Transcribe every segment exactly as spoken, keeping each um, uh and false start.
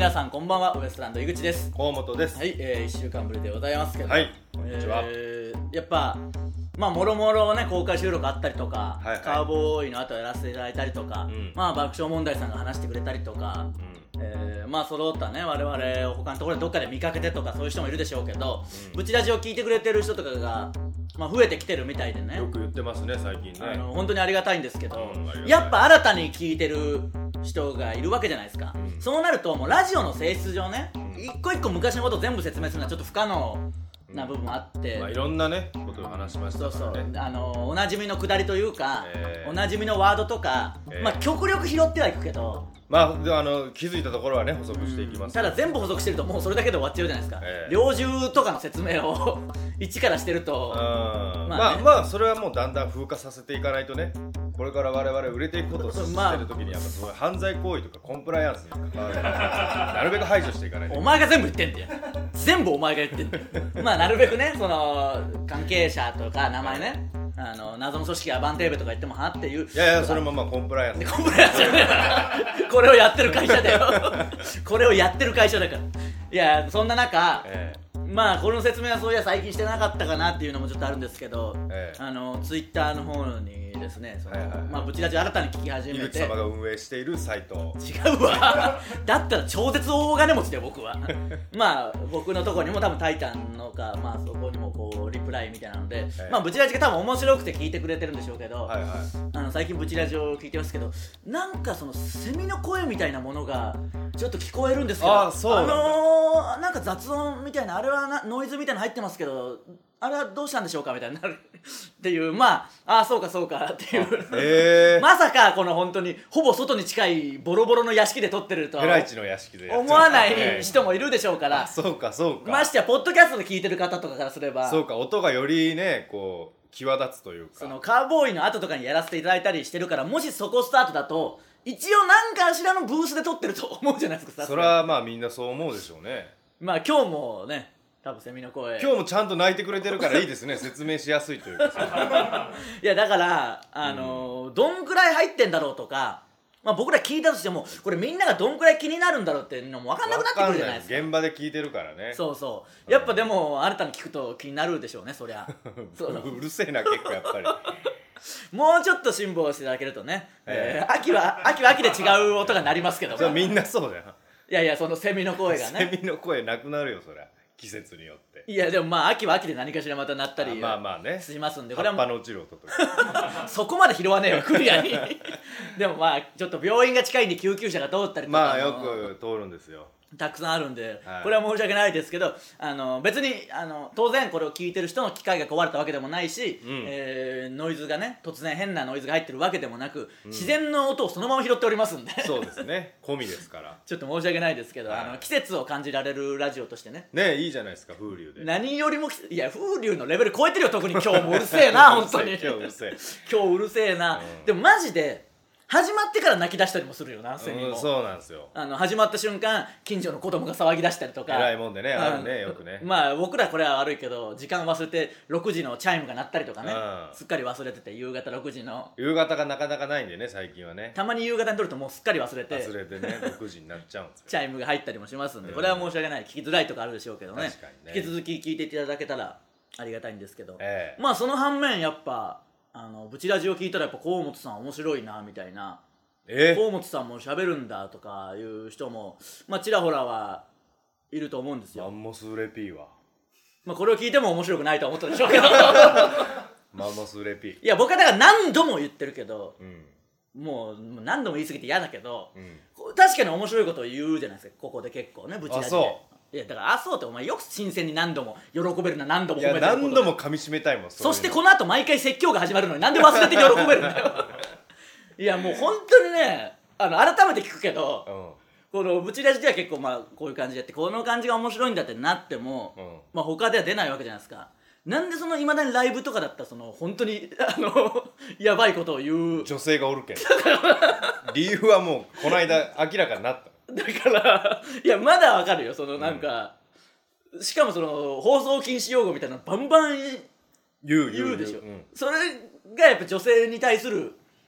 皆さんこんばんは、ウエストランド井口です。 河本です。 はい、えー、いっしゅうかんぶりでございますけど、 はいこんにちは。 えー、やっぱまあもろもろね公開収録あったりとか、はいはい、カーボーイの後やらせていただいたりとか、うん、まあ爆笑問題さんが話してくれたりとか、うん、えー、まあ揃ったね我々他のところでどっかで見かけてとかそういう人もいるでしょうけど、うん、ブチラジを聞いてくれてる人とかがまあ増えてきてるみたいでね。 よく言ってますね最近ね。 あの本当にありがたいんですけど、うん、やっぱ新たに聞いてる人がいるわけじゃないですか、うん、そうなるともうラジオの性質上ね、うん、一個一個昔のことを全部説明するのはちょっと不可能な部分もあって、 うん、まあ、いろんなねことを話しましたからね。 そうそう、あのおなじみのくだりというか、えー、おなじみのワードとか、えー、まあ極力拾ってはいくけど、 まあ、であの気づいたところはね補足していきます、 うん、ただ全部補足してるともうそれだけで終わっちゃうじゃないですか、えー、猟銃とかの説明を一からしてると、 まあ、ね、まあまあそれはもうだんだん風化させていかないとね、これから我々売れていくことをしてるときにやっぱそういう犯罪行為とかコンプライアンスに関わるなるべく排除していかないと。 お前が全部言ってんだよ全部お前が言ってんだよまあなるべくねその関係者とか名前ね、あの謎の組織アバンテーベとか言ってもはっていう。 いやいやそれもまあコンプライアンスコンプライアンスよねこれをやってる会社だよこれをやってる会社だから。いやそんな中、えー、まあこの説明はそういや最近してなかったかなっていうのもちょっとあるんですけど、えー、あのツイッターの方にですね、その、はいはいはい、まあブチラジ新たに聞き始めて、 井口様が運営しているサイト。 違うわだったら超絶大金持ちだよ僕はまあ僕のところにも多分タイタンのか、まあそこにもこうリプライみたいなので、はい、まあブチラジが多分面白くて聞いてくれてるんでしょうけど、はいはい、あの最近ブチラジを聞いてますけど、なんかそのセミの声みたいなものがちょっと聞こえるんですけど、 あ, そうなんだ、 あのー、なんか雑音みたいなあれはなノイズみたいなの入ってますけど、あれはどうしたんでしょうかみたいになるっていう、まあああそうかそうかっていう、えー、まさかこの本当にほぼ外に近いボロボロの屋敷で撮ってるとペライチの屋敷で思わない人もいるでしょうから、 そうかそうか、 ましてやポッドキャストで聞いてる方とかからすれば、 そうか音がよりねこう際立つというか、 そのカーボーイの後とかにやらせていただいたりしてるから、もしそこスタートだと一応何かしらのブースで撮ってると思うじゃないですか。 それはまあみんなそう思うでしょうね。 まあ今日もね多分セミの声今日もちゃんと泣いてくれてるからいいですね説明しやすいというかいやだからあのーうん、どんくらい入ってんだろうとか、まあ、僕ら聞いたとしてもこれみんながどんくらい気になるんだろうっていうのも分かんなくなってくるじゃないですか。 現場で聞いてるからね。 そうそうやっぱでも新たに聞くと気になるでしょうねそりゃそううるせえな結構やっぱりもうちょっと辛抱していただけるとね、えー、秋は秋は秋で違う音が鳴りますけども、 じゃあみんなそうだよ。 いやいやそのセミの声がねセミの声なくなるよそりゃ季節によって。 いやでもまあ秋は秋で何かしらまた鳴ったりまあまあねしますんで、 これは葉っぱの落ちる音とかそこまで拾わねえよクリアにでもまあちょっと病院が近いんで救急車が通ったりとかまあよく通るんですよ、 たくさんあるんで、はい、これは申し訳ないですけど、あの別にあの当然これを聞いてる人の機械が壊れたわけでもないし、うん、えー、ノイズがね突然変なノイズが入ってるわけでもなく、うん、自然の音をそのまま拾っておりますんでそうですね込みですからちょっと申し訳ないですけど、はい、あの季節を感じられるラジオとしてねねいいじゃないですか風流で。 何よりもいや風流のレベル超えてるよ特に今日もうるせえな本当に今日うるせえ今日うるせえな、うん、でもマジで始まってから泣き出したりもするよなセミも、 うん、そうなんですよ。 あの始まった瞬間近所の子供が騒ぎ出したりとか偉いもんでね、あるねよくね。 まあ僕らこれは悪いけど時間忘れてろくじのチャイムが鳴ったりとかね、うん、すっかり忘れてて夕方ろくじの夕方がなかなかないんでね最近はね。 たまに夕方に撮るともうすっかり忘れて忘れてねろくじになっちゃうんですよチャイムが入ったりもしますんで、これは申し訳ない、聞きづらいとかあるでしょうけどね、 確かにね引き続き聞いていただけたらありがたいんですけど、 ええ、 まあその反面やっぱあのブチラジを聞いたらやっぱ河本さん面白いなみたいな、えー、河本さんも喋るんだとかいう人もまあちらほらはいると思うんですよ。 マンモスレピーはまあこれを聞いても面白くないと思ったでしょうけどマンモスレピー、 いや僕はだから何度も言ってるけど、うん、もう何度も言い過ぎて嫌だけど、うん、確かに面白いことを言うじゃないですかここで結構ねブチラジで。いやだからあそうってお前よく新鮮に何度も喜べるな何度も褒めてること。 いや何度も噛み締めたいもん。 そしてこの後毎回説教が始まるのになんで忘れて喜べるんだよいやもう本当にねあの改めて聞くけど、うん、このブチラジでは結構まあこういう感じでやってこの感じが面白いんだってなっても、うん、まあ他では出ないわけじゃないですか。なんでそのいまだにライブとかだったらその本当にあのやばいことを言う女性がおるけん理由はもうこの間明らかになっただからいやまだわかるよそのなんか、うん、しかもその放送禁止用語みたいなのバンバン言う言う言うでしょ、 うん、 それがやっぱ女性に対する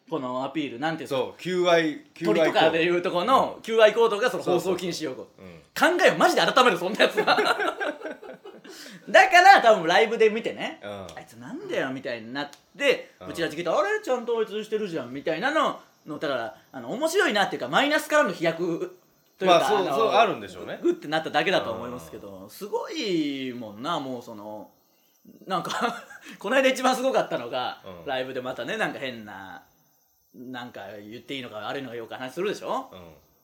このアピールなんていうんですか、 そう キューアイ鳥とかでいうとこの キューアイ コードがその放送禁止用語、考えをマジで改めるそんなやつなだから多分ライブで見てね、うん、あいつなんだよみたいになってうちら聞いて、あれちゃんと統一してるじゃんみたいなののだからあの面白いなっていうかマイナスからの飛躍というか、 まあそうそうあるんでしょうね。 グッてなっただけだと思いますけど、すごいもんな。もうそのなんかこの間一番すごかったのが、うん、ライブでまたねなんか変ななんか言っていいのか悪いのかよく話するでしょ、うん、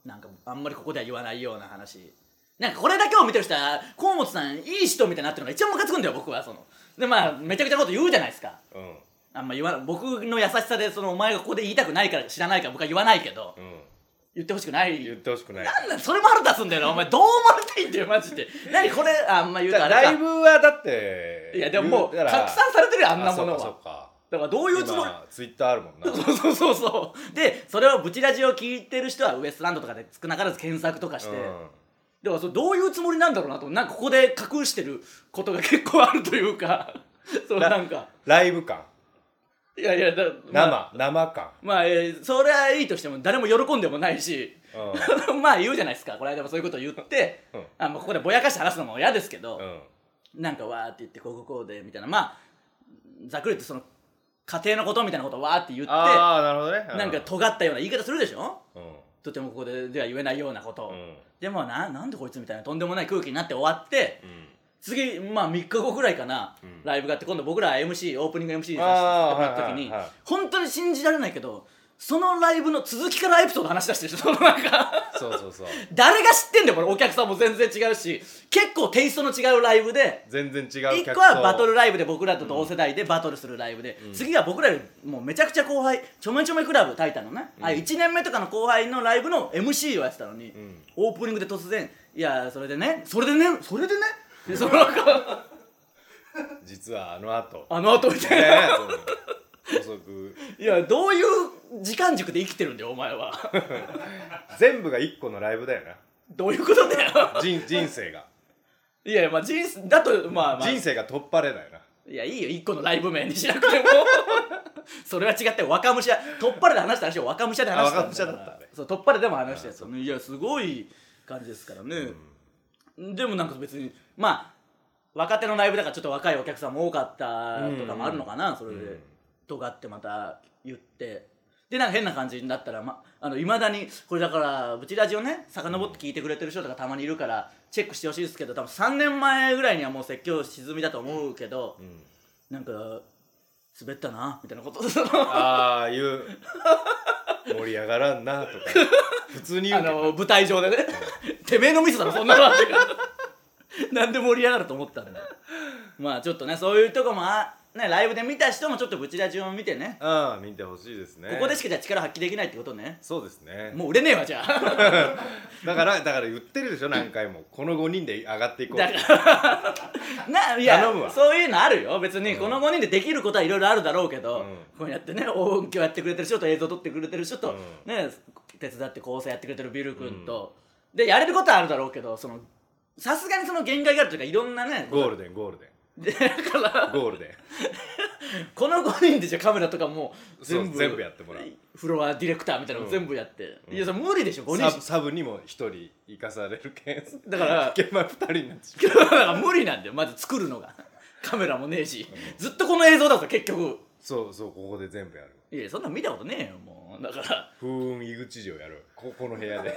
なんかあんまりここでは言わないような話、なんかこれだけを見てる人は河本さんいい人みたいになってるのが一番ムカつくんだよ僕は。そのでまあめちゃくちゃこと言うじゃないですか、うん、あんま言わ僕の優しさでそのお前がここで言いたくないから知らないから僕は言わないけど、うん、言ってほしくない言ってほしくない。 なんだそれも腹立つんだよなお前。どう思われていいんだよマジで。何これあんま言うとあれかライブはだっていやでももう拡散されてるよあんなものは。 あそうかそうか。 だからどういうつもり。 ツイッターあるもんな。 そうそうそうそうでそれをブチラジを聞いてる人はウエストランドとかで少なからず検索とかして、うん、だからそれどういうつもりなんだろうなと。なんかここで隠してることが結構あるというかそうなんかライブ感いやいやだ、 まあ、生生感まあ、えー、それはいいとしても誰も喜んでもないし、うん、まあ言うじゃないですか。この間もそういうことを言って、うん、あまあここでぼやかして話すのも嫌ですけど、うん、なんかわーって言ってこうこうこうでみたいな、まあざっくり言ってその家庭のことみたいなことをわーって言って、 ああなるほどね、 うん、なんか尖ったような言い方するでしょ、うん、とてもここででは言えないようなことを、うん、でもななんでこいつみたいなとんでもない空気になって終わって、うん、次まあみっかごぐらいかな、うん、ライブがあって今度僕ら エムシー オープニング エムシー させてもらった時に、はいはいはい、本当に信じられないけどそのライブの続きからエピソード話し出してる人そのなんかそうそうそう誰が知ってんだよこれ。お客さんも全然違うし結構テイストの違うライブで全然違ういっこはバトルライブで僕らと同世代でバトルするライブで、うん、次は僕らよりもうめちゃくちゃ後輩ちょめちょめクラブタイタンのね、うん、あいちねんめとかの後輩のライブの エムシー をやってたのに、うん、オープニングで突然いやそれでねそれでねそれでねでその実はあの後あの後みたいな補足いやどういう時間軸で生きてるんだよお前は全部がいっこのライブだよな。 どういうことだよ人, 人生がいやまあ人生だとまあまあ人生が取っ払れだよな。 いやいいよいっこのライブ名にしなくてもそれは違って若武者取っ払で話した話を若武者で話したんだ。 若武者だったあれ。 そう取っ払でも話したやつ。いやすごい感じですからね、うん、でもなんか別にまあ若手のライブだからちょっと若いお客さんも多かったとかもあるのかな、うん、それで、うん尖ってまた言ってでなんか変な感じになったらまあの未だにこれだからブチラジをね遡って聞いてくれてる人とかたまにいるからチェックしてほしいですけど多分さんねんまえぐらいにはもう説教沈みだと思うけど、うん、なんか滑ったなみたいなことああいう盛り上がらんなとか普通に言うけどあの舞台上でねてめえのミスだろそんなのってなんで盛り上がると思ったんだまあちょっとねそういうとこもあね、ライブで見た人もちょっとブチラジを見てねああ見てほしいですね。 ここでしかじゃ力発揮できないってことね。 そうですね。 もう売れねえわじゃあだからだから言ってるでしょ何回もこのごにんで上がっていこうだからないやそういうのあるよ別に、うん、このごにんでできることはいろいろあるだろうけど、うん、こうやってね音響やってくれてる人と映像撮ってくれてる人と、うん、ね手伝って構成やってくれてるビル君と、うん、でやれることはあるだろうけどそのさすがにその限界があるというかいろんなねゴールデンゴールデンでだからゴールデンこのごにんでじゃカメラとかも全部全部やってもらうフロアディレクターみたいなの全部やって、うん、いやそれ無理でしょごにんサブ、サブにもひとり生かされるけんだから現場ふたりになってしまうだから無理なんだよまず作るのがカメラもねえし、うん、ずっとこの映像だと結局そうそうここで全部やる。 いやそんなん見たことねえよもうだから風雲井口城やるここの部屋で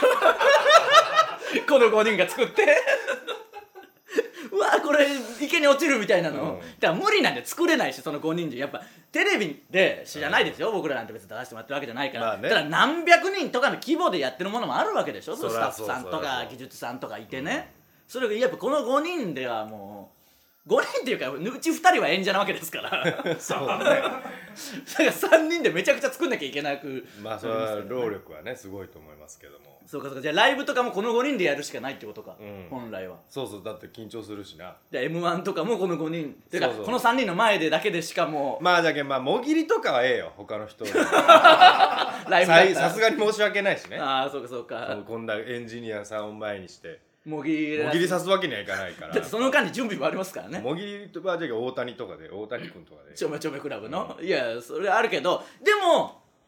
このごにんが作ってうわこれ池に落ちるみたいなの、うん、だから無理なんで作れないしそのごにんでやっぱテレビで知らないですよ、うん、僕らなんて別に出してもらってるわけじゃないから、まあね、ただ何百人とかの規模でやってるものもあるわけでしょ。そのスタッフさんとか技術さんとかいてね、うん、それがやっぱこのごにんではもうごにんっていうかうちふたりは演者なわけですからそうねだからさんにんでめちゃくちゃ作んなきゃいけなくまあそれは労力はねすごいと思いますけどもそうかそうかじゃあライブとかもこのごにんでやるしかないってことか、うん、本来はそうそうだって緊張するしなで エムワン とかもこのごにんてかこのさんにんの前でだけでしかもまあじゃけんまあもぎりとかはええよ他の人ライブだったらさすがに申し訳ないしねああそうかそうかそうこんなエンジニアさんを前にしてもぎりもぎりさすわけにはいかないからだってその間に準備もありますからね。 もぎりはじゃあ大谷とかで大谷君とかでちょめちょめクラブの、うん、いやそれあるけどでも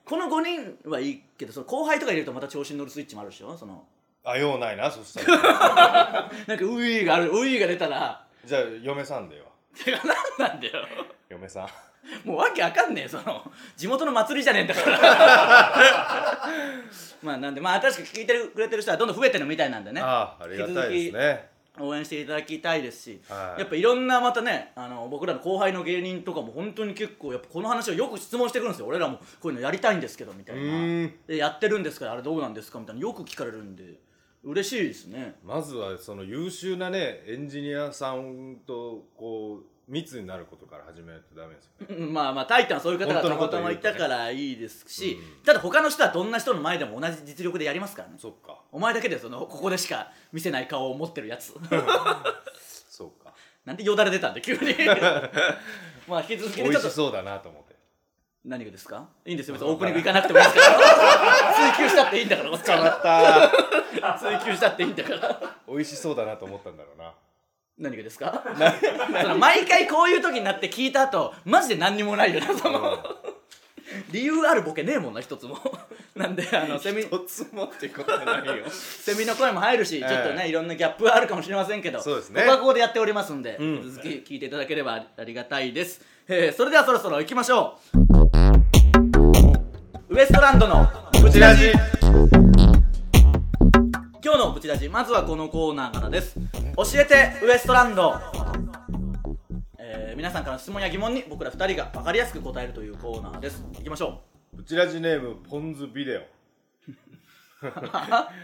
このごにんはいいけど、その後輩とか入れるとまた調子に乗るスイッチもあるでしょ。そのあようないな、そしたらなんかウイーがある、ウイーが出たらじゃあ嫁さんでよ。 てか何なんだよ嫁さんもうわけわかんねえ、その地元の祭りじゃねえんだからまあなんで、まあ新しく聞いてるくれてる人はどんどん増えてるみたいなんでね、 ああ、ありがたいですね。 応援していただきたいですし、 はい、 やっぱいろんなまたね、あの僕らの後輩の芸人とかも本当に結構やっぱこの話をよく質問してくるんですよ。俺らもこういうのやりたいんですけどみたいな、でやってるんですからあれどうなんですかみたいなよく聞かれるんで嬉しいですね。 まずはその優秀なねエンジニアさんとこう密になることから始めないとダメですよね。 うん、まあまあタイタンそういう方がたまたまいたからいいですし、うん、ただ他の人はどんな人の前でも同じ実力でやりますからね。 そっか。 お前だけでそのここでしか見せない顔を持ってるやつそうか。 なんでよだれ出たんで急にまあ引き続きね、美味しそうだなと思って。 何がですか。いいんですよ別にオープニング行かなくてもいいですから追求したっていいんだから。 捕まった追求したっていいんだから美味しそうだなと思ったんだろうな。 何がですかその毎回こういう時になって聞いた後マジで何にもないよなその、うん、理由あるボケねえもんな一つもなんであのセミ一つもってことないよセミの声も入るし、えー、ちょっとねいろんなギャップはあるかもしれませんけど、 そうですね、 ここはここでやっておりますんで、うん、続き聞いていただければありがたいです、えー、それではそろそろ行きましょう。ウエストランドのブチラジ。今日のブチラジ、まずはこのコーナーからです。教えてウエストランド、えー、皆さんからの質問や疑問に僕らふたりが分かりやすく答えるというコーナーです。いきましょう。ブチラジネームポンズビデオはい、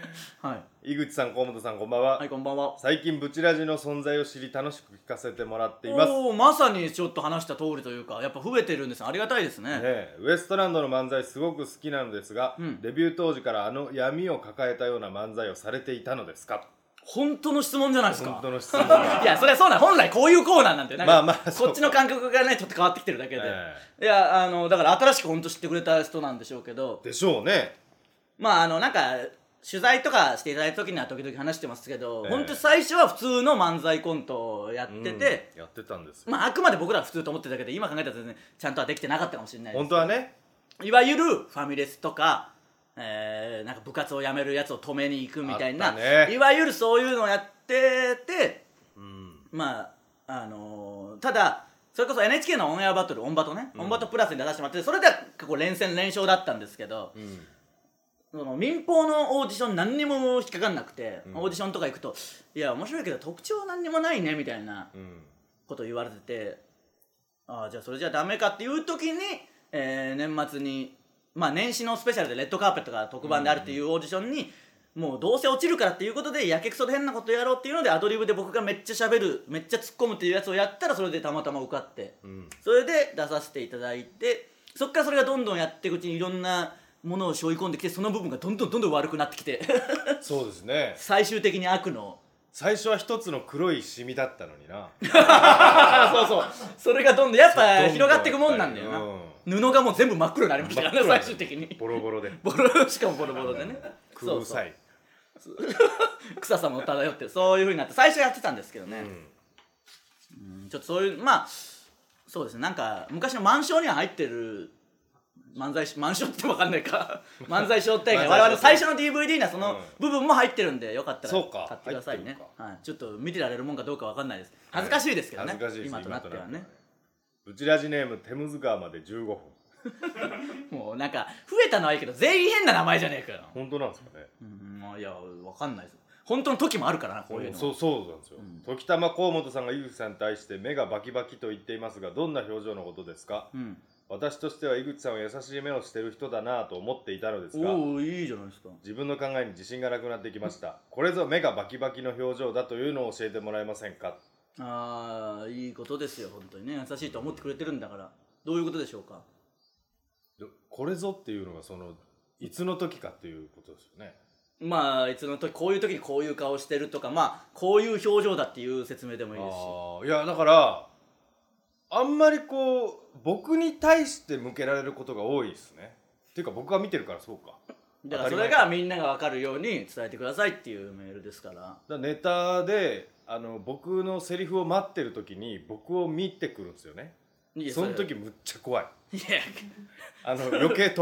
井口さん、河本さん、こんばんは。 はい、こんばんは。 最近ブチラジの存在を知り楽しく聞かせてもらっています。 おー、まさにちょっと話した通りというかやっぱ増えてるんです。ありがたいですね。 ね、ウエストランドの漫才すごく好きなのですが、うん、デビュー当時からあの闇を抱えたような漫才をされていたのですか。 本当の質問じゃないですか。 本当の質問いやそれはそうなん、本来こういうコーナーなんてなんか、まあまあ、こっちの感覚がねちょっと変わってきてるだけで、えー、いやあのだから新しく本当知ってくれた人なんでしょうけど。 でしょうね。 まああのなんか取材とかしていただいた時には時々話してますけど、えー、本当最初は普通の漫才コントをやってて、 うん、やってたんですよ。 まああくまで僕らは普通と思ってたけど今考えたら全然ちゃんとはできてなかったかもしれないです。 本当はね、 いわゆるファミレスとか、えー、なんか部活を辞めるやつを止めに行くみたいな、ね、いわゆるそういうのをやってて、うん、まああのー、ただそれこそ エヌエイチケー のオンエアバトル、オンバトね、うん、オンバトプラスに出させてもらってそれでは結構連戦連勝だったんですけど、うん、その民放のオーディション何にも引っかかんなくて、うん、オーディションとか行くといや面白いけど特徴何にもないねみたいなことを言われてて、ああじゃあそれじゃダメかっていう時に、えー、年末にまあ年始のスペシャルでレッドカーペットが特番であるっていうオーディションに、もうどうせ落ちるからっていうことでやけくそで変なことやろうっていうのでアドリブで僕がめっちゃ喋るめっちゃ突っ込むっていうやつをやったらそれでたまたま受かって、うん、それで出させていただいて、そっからそれがどんどんやっていくうちにいろんなものを背負い込んできてその部分がどんどんどんどん悪くなってきてそうですね、 最終的に悪の最初は一つの黒いシミだったのになそうそう、それがどんどんやっぱ広がっていくもんなんだよな、うん、布がもう全部真っ黒になりましたからね最終的にボロボロでボロしかもボロボロでね黒臭い臭さも漂ってそういう風になって最初やってたんですけどね、うんうん、ちょっとそういうまあそうですね、なんか昔のマンションには入ってる漫才マンションって分かんないか漫才商店街我々の最初の ディーブイディー にはその部分も入ってるんで、よかったら買ってくださいね、はい、ちょっと見てられるもんかどうか分かんないです、恥ずかしいですけどね、はい、今となってはね。 ブチラジネームテムズ川までじゅうごふんもうなんか増えたのはいいけど全員変な名前じゃねえかよ。 本当なんですかね。 うん、まあいや分かんないです、本当の時もあるからなこういうの。 そうそうなんですよ、うん、時たま河本さんが井口さんに対して目がバキバキと言っていますがどんな表情のことですか。うん、私としては井口さんは優しい目をしてる人だなと思っていたのですが、 おーいいじゃないですか。 自分の考えに自信がなくなってきましたこれぞ目がバキバキの表情だというのを教えてもらえませんか。 ああいいことですよ、本当にね、優しいと思ってくれてるんだから。どういうことでしょうか。 これぞっていうのがそのいつの時かっていうことですよね。 まあいつの時こういう時にこういう顔してるとか、まあこういう表情だっていう説明でもいいですし。 あいやだからあんまりこう僕に対して向けられることが多いですね。っていうか僕が見てるからそうか。 だからそれがみんなが分かるように伝えてくださいっていうメールですから。だからネタであの僕のセリフを待ってる時に僕を見てくるんですよね。その時むっちゃ怖い。いやあの余計飛ぶ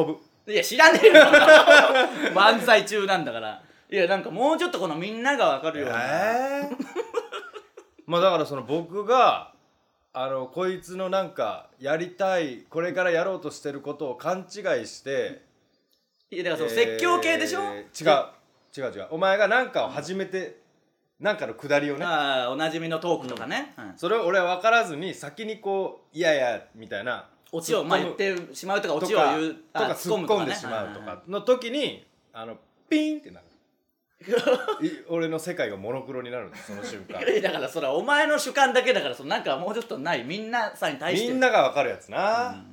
いや知らねえよ漫才中なんだから。いやなんかもうちょっとこのみんなが分かるような、 えー、まあだからその僕があのこいつのなんかやりたいこれからやろうとしてることを勘違いしていやだからその説教系でしょ、 えー、違う違う違うお前が何かを始めて、うん、なんかのくだりをねあおなじみのトークとかね、 うんうん、それを俺は分からずに先にこういやいやみたいなオチをまあ言ってしまうとかオチを言うとか突っ込んでしまうとかの時にあのピーンってなる俺の世界がモノクロになるんですその瞬間だからそれはお前の主観だけだからそのなんかもうちょっとないみんなさんに対してみんなが分かるやつな、うん、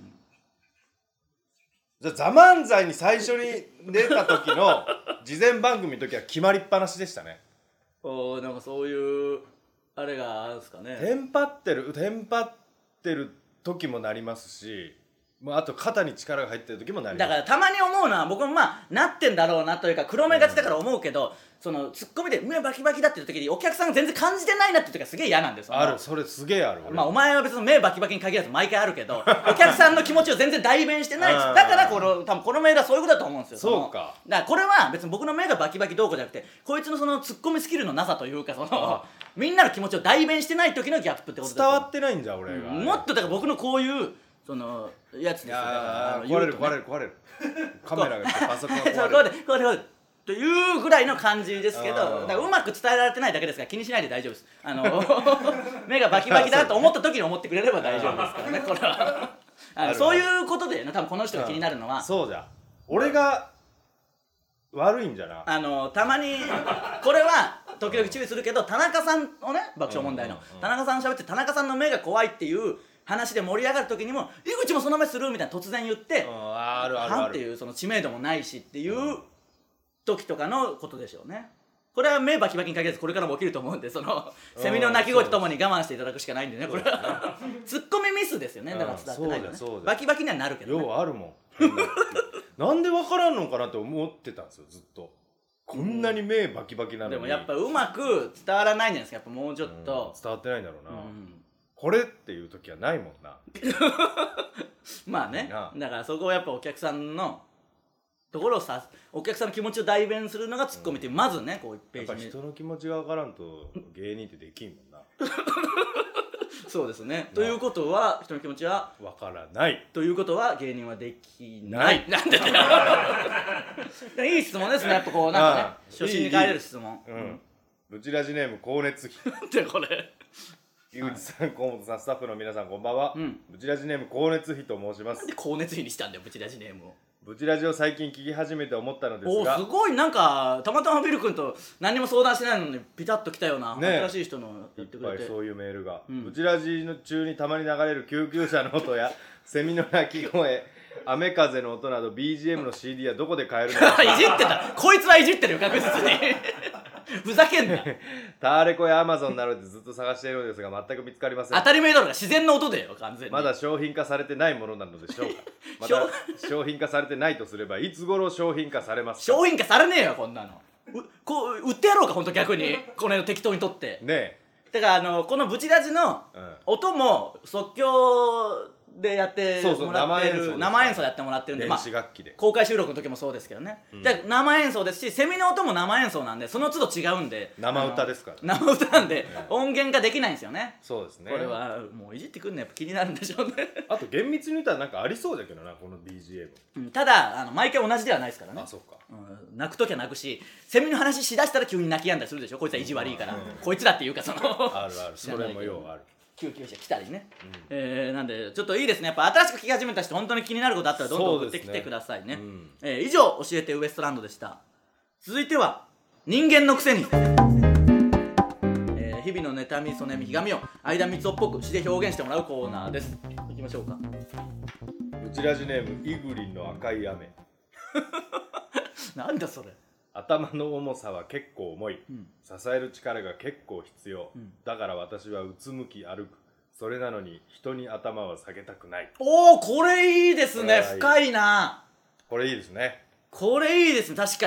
じゃあ「ザ漫才に最初に出た時の事前番組の時は決まりっぱなしでしたね。 おなんかそういうあれがあるんですかね。 テンパってるテンパってる時もなりますし、まあ、あと肩に力が入ってる時もなります。 だからたまに思うのは僕もまあなってんだろうなというか黒目がちだから思うけど、うん、そのツッコミで目バキバキだっていう時にお客さんが全然感じてないなっていう時はすげえ嫌なんですよ。 あるそれすげえある。 まあお前は別に目バキバキに限らず毎回あるけどお客さんの気持ちを全然代弁してないだからこの多分このメールはそういうことだと思うんですよ。 そうか。 だからこれは別に僕の目がバキバキどうこうじゃなくてこいつのそのツッコミスキルのなさというかそのみんなの気持ちを代弁してない時のギャップってこと伝わってないんじゃ俺が、 うん、もっとだから僕のこういうそのやつですよ。だから壊れる壊れる壊れるカメラがパソコンが壊れるそうこうでこうでこうでというぐらいの感じですけど、だからうまく伝えられてないだけですから気にしないで大丈夫です。あの目がバキバキだと思った時に思ってくれれば大丈夫ですからねこれはあのそういうことで多分この人が気になるのは、 うん、そうじゃ俺が悪いんじゃな。 あのたまにこれは時々注意するけど田中さんをね爆笑問題の、うんうんうん、田中さん喋って田中さんの目が怖いっていう話で盛り上がる時にも井口もその目するみたいな突然言って、うん、 あるあるあるはんっていうその知名度もないしっていう時とかのことでしょうね。これは目バキバキに限らずこれからも起きると思うんでそのセミの鳴き声とともに我慢していただくしかないんでねこれはツッコミミスですよね。だから伝わってないのね。バキバキにはなるけどね。 ようあるもんなんで分からんのかなって思ってたんですよずっと。こんなに目バキバキなのに、 でもやっぱうまく伝わらないんじゃないですか。やっぱもうちょっと、 うん、伝わってないんだろうな、うん、これっていう時はないもんなまあねだからそこをやっぱお客さんのところをさお客さんの気持ちを代弁するのがツッコミっていう、うん、まずねこういちページ目やっぱ人の気持ちが分からんと芸人ってできんもんなそうですね。ということは人の気持ちは分からないということは芸人はできないなんでだよいい質問ですね。やっぱこうなんかね初心に帰れる質問。 いいいい、うん、ブチラジネーム光熱費でこれ井口さん、河本さん、スタッフの皆さんこんばんは、うん、ブチラジネーム光熱費と申します。 なんで光熱費にしたんだよブチラジネームを。 ブチラジを最近聞き始めて思ったのですが、 おすごいなんかたまたまビル君と何も相談してないのにピタッと来たような、ね、新しい人のやってくれていっぱいそういうメールが、うん、ブチラジの中にたまに流れる救急車の音やセミの鳴き声雨風の音など ビージーエム の シーディー はどこで買えるのかいじってたこいつはいじってるよ確実にふざけんなタワレコやアマゾンなどでずっと探しているのですが全く見つかりません。 当たり前だろうが自然の音でよ完全に。 まだ商品化されてないものなのでしょうかまだ商品化されてないとすればいつ頃商品化されますか。 商品化されねえよこんなのうこう売ってやろうかほんと逆にこの辺適当にとってねえ。 だからあのこのブチラジの音も即興でやってもらってる、生演奏でやってもらってるんで、 電子楽器で、 まあ、公開収録の時もそうですけどね、うん、で生演奏ですしセミの音も生演奏なんでその都度違うんで生歌ですから、 ね、生歌なんで、うん、音源ができないんですよね。 そうですね。 これはもういじってくんのやっぱ気になるんでしょうねあと厳密に言ったらなんかありそうだけどなこの ビージーエム、 うん、ただあの毎回同じではないですからね。 あそうか、 うん、泣く時は泣くしセミの話しだしたら急に泣き止んだりするでしょ。こいつは意地悪いから、うん、こいつらっていうかそのあるあるそれもようある救急車来たりね、うん、えー、なんでちょっといいですね。やっぱ新しく聞き始めた人本当に気になることあったらどんどん送ってきてくださいね。うん、えー、以上教えてウエストランドでした。続いては人間のくせに、えー、日々の妬みそねみひがみを間みつをっぽく詩で表現してもらうコーナーです。いきましょうか。 うちラジネームイグリンの赤い雨なんだそれ。 頭の重さは結構重い、うん、支える力が結構必要、うん、だから私はうつむき歩く。それなのに人に頭は下げたくない。 おーこれいいですね。深いな。 これいいですね。 これいいですね。確かに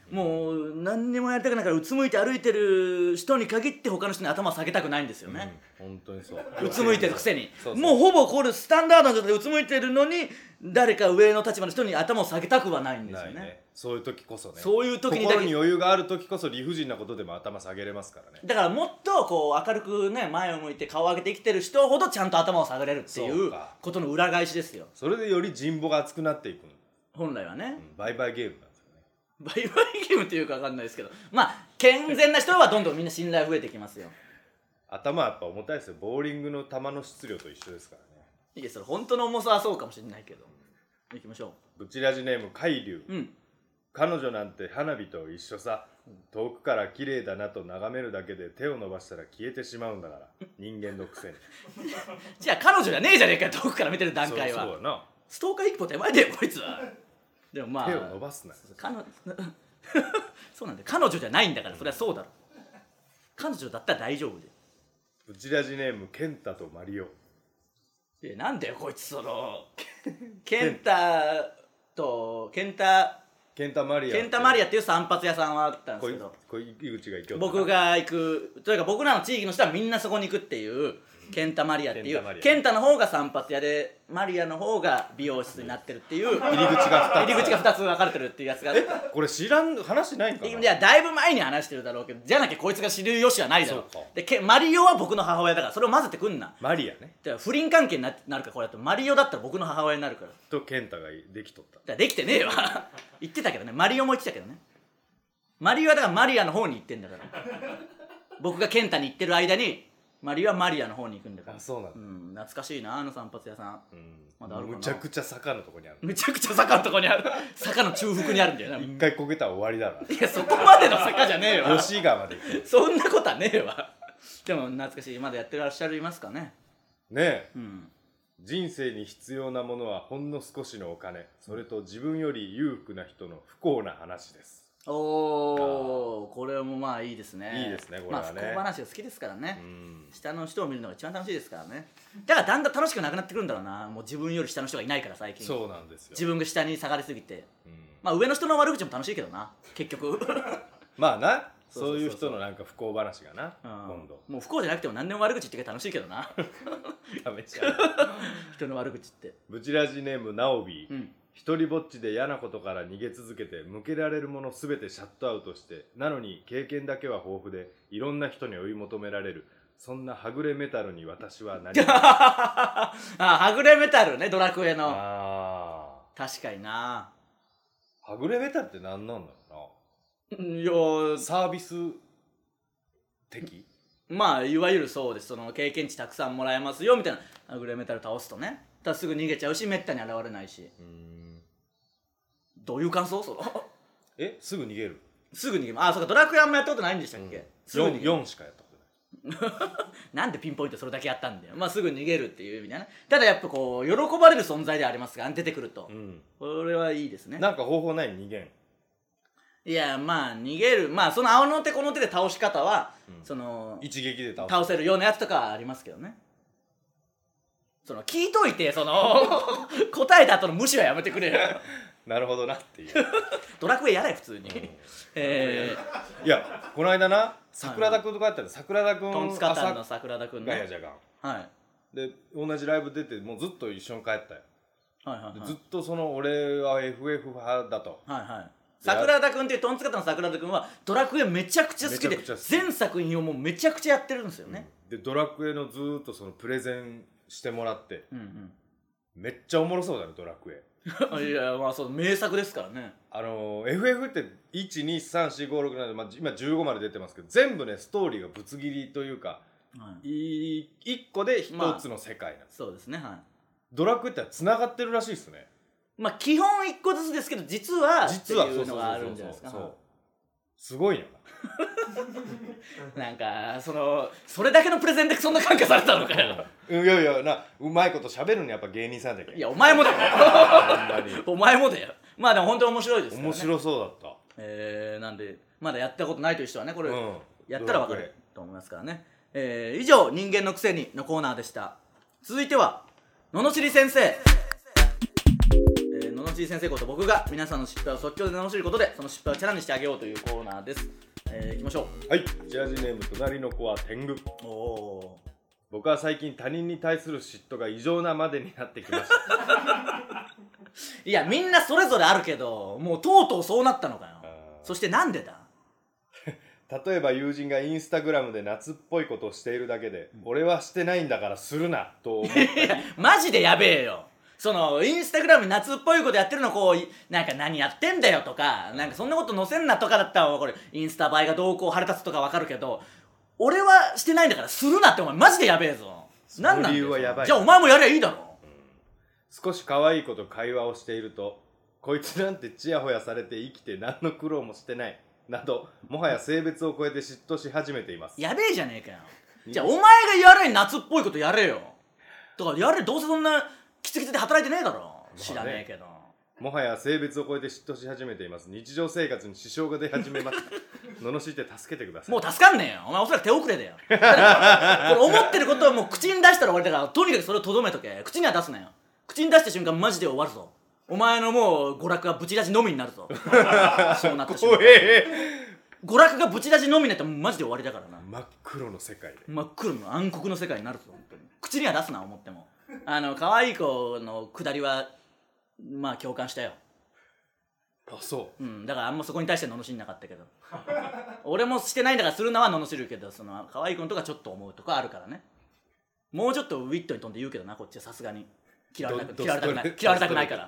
もう何にもやりたくないからうつむいて歩いてる人に限って他の人に頭を下げたくないんですよね、 うん、本当にそううつむいてるくせにそうそうもうほぼこれスタンダードな状態でうつむいてるのに誰か上の立場の人に頭を下げたくはないんですよ ね, ねそういう時こそねそういう時にだけ心に余裕がある時こそ理不尽なことでも頭下げれますからね。 だからもっとこう明るくね前を向いて顔を上げて生きてる人ほどちゃんと頭を下げれるっていうことの裏返しですよ。 それでより人望が厚くなっていくの本来はね、 うん、バイバイゲームなんですよね。 バイバイゲームっていうか分かんないですけどまあ健全な人はどんどんみんな信頼増えてきますよ。 頭はやっぱ重たいですよ。ボーリングの球の質量と一緒ですからね。 いやそれ本当の重さはそうかもしれないけど行きましょう。ブチラジネーム海流、 う。うん彼女なんて花火と一緒さ。遠くから綺麗だなと眺めるだけで手を伸ばしたら消えてしまうんだから人間のくせにじゃあ彼女じゃねえじゃねえか遠くから見てる段階は。 そうそうやな。 ストーカー一歩手前だよこいつは。でもまあ手を伸ばすな。 彼女そうなんだよ彼女じゃないんだからそれはそうだろ。彼女だったら大丈夫で。 ブチラジネームケンタとマリオ。 いやなんだよこいつそのケンタとケンタケンタマリアケンタマリアっていう散髪屋さんはあったんですけどこ井口が行き僕が行くというか僕らの地域の人はみんなそこに行くっていうケンタマリアっていうケンタ、ケンタの方が散髪屋でマリアの方が美容室になってるっていう入り口がふたつ入り口がふたつ分かれてるっていうやつがえこれ知らん話ないんかな。 いやだいぶ前に話してるだろうけどじゃなきゃこいつが知る由はないだろう。でケマリオは僕の母親だからそれを混ぜてくんな。 マリアね。 だから不倫関係になるからこれだとマリオだったら僕の母親になるからとケンタができとった。 だからできてねえわ言ってたけどねマリオも言ってたけどねマリオはだからマリアの方に行ってんだから僕がケンタに行ってる間にマリオはマリアの方に行くんだから。 あそうなんだ、 うん、懐かしいなあの散髪屋さん、うん、 まだあるかな。むちゃくちゃ坂のとこにある。 むちゃくちゃ坂のとこにある坂の中腹にあるんだよな一回こけたら終わりだろ。 いやそこまでの坂じゃねえわ吉川まで行くそんなことはねえわでも懐かしい。まだやってらっしゃいますかね。 ねえ、 うん、 人生に必要なものはほんの少しのお金、それと自分より裕福な人の不幸な話です。 おおこれもまあいいですね。 いいですねこれはね。 まあ不幸話が好きですからね、 うん、 下の人を見るのが一番楽しいですからね。だからだんだん楽しくなくなってくるんだろうな。もう自分より下の人がいないから最近。 そうなんですよ。 自分が下に下がりすぎて、 うん、 まあ上の人の悪口も楽しいけどな結局まあなそういう人のなんか不幸話がな、うん、今度もう不幸じゃなくても何でも悪口言って楽しいけどなダメじゃん人の悪口って。 ブチラジネームナオビー、 うん、 一人ぼっちで嫌なことから逃げ続けて向けられるものすべてシャットアウトして、なのに経験だけは豊富でいろんな人に追い求められる、そんなはぐれメタルに私は何あはぐれメタルねドラクエの。 あ確かにな。 はぐれメタルって何なんだろうな。 いやサービス的まあいわゆるそうです。その経験値たくさんもらえますよみたいな。はぐれメタル倒すとねただすぐ逃げちゃうしめったに現れないし。うーんどういう感想そのえすぐ逃げるすぐ逃げる。ああそうかドラクエあんまやったことないんでしたっけ、うん、すぐ逃げる よん, よんしかやったことないなんでピンポイントそれだけやったんだよ。まあすぐ逃げるっていう意味でね。ただやっぱこう喜ばれる存在ではありますが出てくると、うん、これはいいですね。 なんか方法ない逃げん。 いやまあ逃げるまあその青の手この手で倒し方は、うん、その一撃で倒せ, 倒せるようなやつとかはありますけどね。その聞いといてその答えた後の無視はやめてくれよなるほどなっていうドラクエやれ普通に、うんえー、いやこの間な桜田君とかやったら桜田君トンツカタンの桜田君ガヤジャガン、はい、で同じライブ出てもうずっと一緒に帰ったよ、はいはいはい、ずっとその俺は エフエフ 派だと、はいはい、 桜田君っていうトンツカタンの桜田君はドラクエめちゃくちゃ好きで全作品をもうめちゃくちゃやってるんですよね、 うん、でドラクエのずっとそのプレゼンしてもらって、うんうん、めっちゃおもろそうだねドラクエいやまあそう名作ですからね。 あの エフエフ っていちにさんしごろくなので、まあ、今じゅうごまで出てますけど全部ねストーリーがぶつ切りというか、はい、いいっこでひとつの世界なんです、 まあ、そうですね、はい、 ドラクエってつながってるらしいですね。 まあ基本いっこずつですけど実は実はっていうのがあるんじゃないですか。 すごいよなんかそのそれだけのプレゼンでそんな感化されたのかよいやいやなうまいこと喋るのやっぱ芸人さんじゃけん。 いやお前もだよお前もだよ。まあでも本当に面白いですからね。 面白そうだった。 えー、なんでまだやったことないという人はねこれ、うん、やったら分かると思いますからね。えー、以上人間のくせにのコーナーでした。続いてはののしり先生。えー、のののちい先生こと僕が皆さんの失敗を即興で罵ることでその失敗をチャラにしてあげようというコーナーです。えー、いきましょう。 はい、ジャージネーム隣の子は天狗。おお。僕は最近他人に対する嫉妬が異常なまでになってきましたいやみんなそれぞれあるけどもうとうとうそうなったのかよ。そしてなんでだ例えば友人がインスタグラムで夏っぽいことをしているだけで、うん、俺はしてないんだからするなと思ったりマジでやべえよ。そのインスタグラムに夏っぽいことやってるのこうなんか何やってんだよとかなんかそんなこと載せんなとかだったらこれインスタ映えがどうこう腹立つとかわかるけど俺はしてないんだからするなってお前マジでやべえぞ。なんなんだよ。 理由はやばい。 じゃあお前もやりゃいいだろ、うん、 少し可愛い子と会話をしているとこいつなんてチヤホヤされて生きて何の苦労もしてないなどもはや性別を超えて嫉妬し始めています。 やべえじゃねえかよ。じゃあお前がやれ夏っぽいことやれよ。だからやれどうせそんなキツキツで働いてねえだろ。知らねえけど、 もはや性別を超えて嫉妬し始めています。日常生活に支障が出始めました罵って助けてください。 もう助かんねえよ。お前おそらく手遅れだよこれ思ってることはもう口に出したら終わりだからとにかくそれをとどめとけ。口には出すなよ。口に出した瞬間マジで終わるぞ。お前のもう娯楽はブチラジのみになるぞそうなった瞬間娯楽がブチラジのみになったらマジで終わりだからな。 真っ黒の世界で真っ黒の暗黒の世界になるぞ本当に。口には出すな思っても。あの可愛い子のくだりはまあ共感したよ。 あそう、 うん、だからあんまそこに対して罵んなかったけど俺もしてないんだからするのは罵るけどその可愛い子のとかちょっと思うとかあるからね。もうちょっとウィットに飛んで言うけどなこっちはさすがに嫌われたく嫌われたくない嫌われたくないから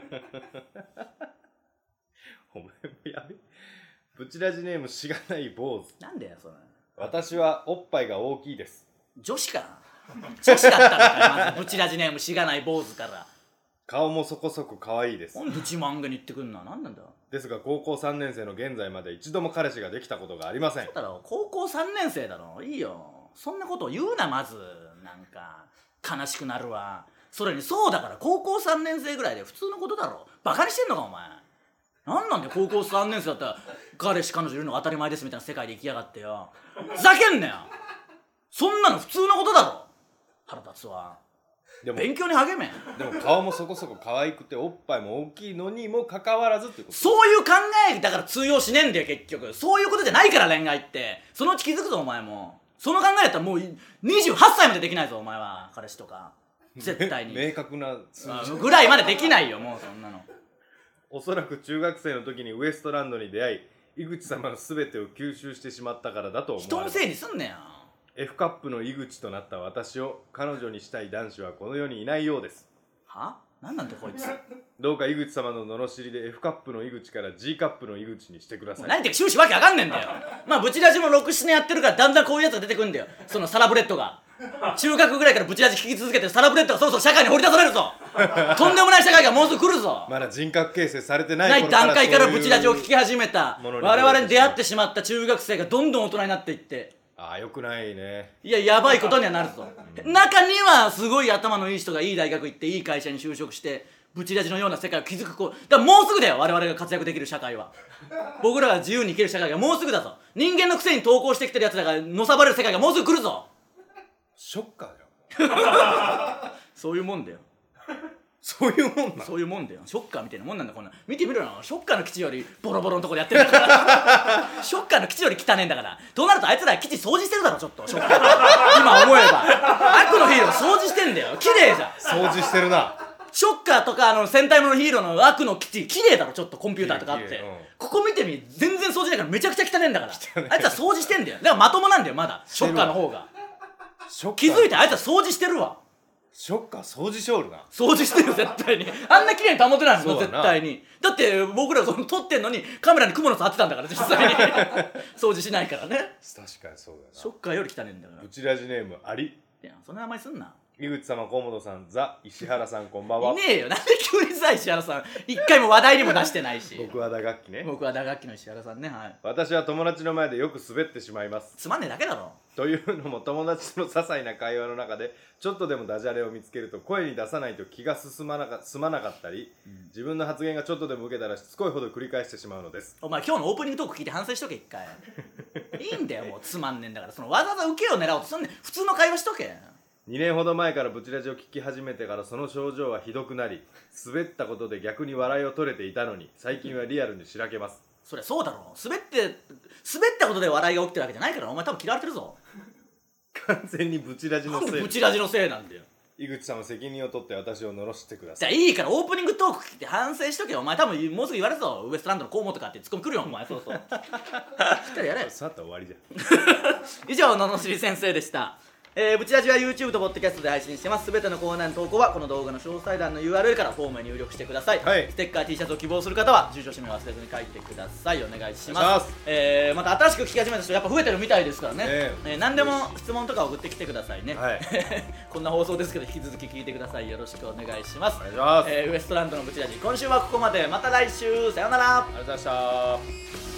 お前もやべ。ブチラジネームしがない坊主。 なんだよそれ。 私はおっぱいが大きいです。 女子か女子だったのかよまずブチラジネームしがない坊主から。 顔もそこそこ可愛いです。 なんで自慢げに言ってくんの。なんなんだ。 ですが高校さんねん生の現在まで一度も彼氏ができたことがありません。 そうだろ高校さんねん生だろ。いいよそんなことを言うな。まずなんか悲しくなるわ。それにそうだから高校さんねん生ぐらいで普通のことだろ。バカにしてんのかお前。なんなんで高校さんねん生だったら彼氏彼女いるのが当たり前ですみたいな世界で生きやがってよ。ふざけんなよ。そんなの普通のことだろ。腹立つわ。でも勉強に励め。 でも顔もそこそこ可愛くておっぱいも大きいのにもかかわらずってこと。 そういう考えだから通用しねえんだよ結局。そういうことじゃないから恋愛ってそのうち気づくぞお前も。その考えだったらもうにじゅうはっさいまでできないぞお前は彼氏とか絶対に明確な数字ぐらいまでできないよもうそんなの。 おそらく中学生の時にウエストランドに出会い井口様の全てを吸収してしまったからだと思われます。 人のせいにすんなよ。 F カップの井口となった私を彼女にしたい男子はこの世にいないようです。 は？なんなんだこいつ。 どうか井口様の罵りで F カップの井口から G カップの井口にしてください。 何言って終始わけわかんねえんだよまあブチラジもろく、ななねんやってるからだんだんこういうやつが出てくるんだよ。そのサラブレッドが中学ぐらいからブチラジ聞き続けてるサラブレッドがそろそろ社会に掘り出されるぞとんでもない社会がもうすぐ来るぞ。 まだ人格形成されてないない段階からブチラジを聞き始めた我々に出会ってしまった中学生がどんどん大人になっていって、 ああよくないね。 いややばいことにはなるぞ中にはすごい頭のいい人がいい大学行っていい会社に就職してブチラジのような世界を築く子だからもうすぐだよ。我々が活躍できる社会は僕らが自由に生きる社会がもうすぐだぞ。人間のくせに投稿してきてるやつらがのさばれる世界がもうすぐ来るぞ。 ショッカーじゃんそういうもんだよそういうもんな。 そういうもんだよ。ショッカーみたいなもんなんだ。こんな見てみろよ。ショッカーの基地よりボロボロのとこでやってるんだからショッカーの基地より汚ねえんだから。となるとあいつら基地掃除してるだろちょっとショッカー今思えば悪のヒーロー掃除してんだよ。綺麗じゃん。 掃除してるな。 ショッカーとかあの戦隊ものヒーローの悪の基地綺麗だろちょっとコンピューターとかあって、うん、ここ見てみ全然掃除ないからめちゃくちゃ汚ねえんだからあいつら掃除してんだよ。だからまともなんだよまだショッカーの方が。気づいてあいつら掃除してるわ。 ショッカー掃除しおるな。 掃除してる絶対にあんな綺麗に保てないの絶対に。だって僕らその撮ってんのにカメラにクモの巣当てたんだから実際に掃除しないからね。 確かにそうだよな。 ショッカーより汚ねえんだから。 ブチラジネームアリ。 いやそんな名前すんな。 井口様、河本さん、ザ・石原さん、こんばんは。 いねえよ。なんで急にさ石原さん一回も話題にも出してないし僕は打楽器ね。 僕は打楽器の石原さんね。はい。 私は友達の前でよく滑ってしまいます。 つまんねえだけだろ。 というのも友達との些細な会話の中でちょっとでもダジャレを見つけると声に出さないと気が進まなか進まなかったり、うん、自分の発言がちょっとでも受けたらしつこいほど繰り返してしまうのです。 お前今日のオープニングトーク聞いて反省しとけ一回いいんだよもうつまんねえんだから。そのわざわざ受けを狙おうとそんね普通の会話しとけ。 にねんほど前からブチラジを聞き始めてからその症状はひどくなり、滑ったことで逆に笑いを取れていたのに最近はリアルにしらけます。 そりゃそうだろ。滑って滑ったことで笑いが起きてるわけじゃないから、お前多分嫌われてるぞ。 完全にブチラジのせい。 ブチラジのせいなんだよ。 井口さんは責任を取って私を罵ってくだじさい。 ゃあいいからオープニングトーク聞いて反省しとけよ。お前多分もうすぐ言われるぞ。ウエストランドの河本かってツッコミ来るよお前。そうそうしっかりやれ。 さっと終わりじゃん。 以上、ののしり先生でした。えー、ブチラジは YouTube と Podcast で配信してます。すべてのコーナーの投稿はこの動画の詳細欄の ユーアールエル からフォームへ入力してください、 はい、 ステッカー T シャツを希望する方は住所氏名忘れずに書いてください。お願いします。 ますえー、また新しく聞き始めた人やっぱ増えてるみたいですからね、 えーえー、何でも質問とか送ってきてくださいね、 はい、 こんな放送ですけど引き続き聞いてください。よろしくお願いします。 お願いします。 えー、ウエストランドのブチラジ今週はここまで。また来週さようなら。 ありがとうございました。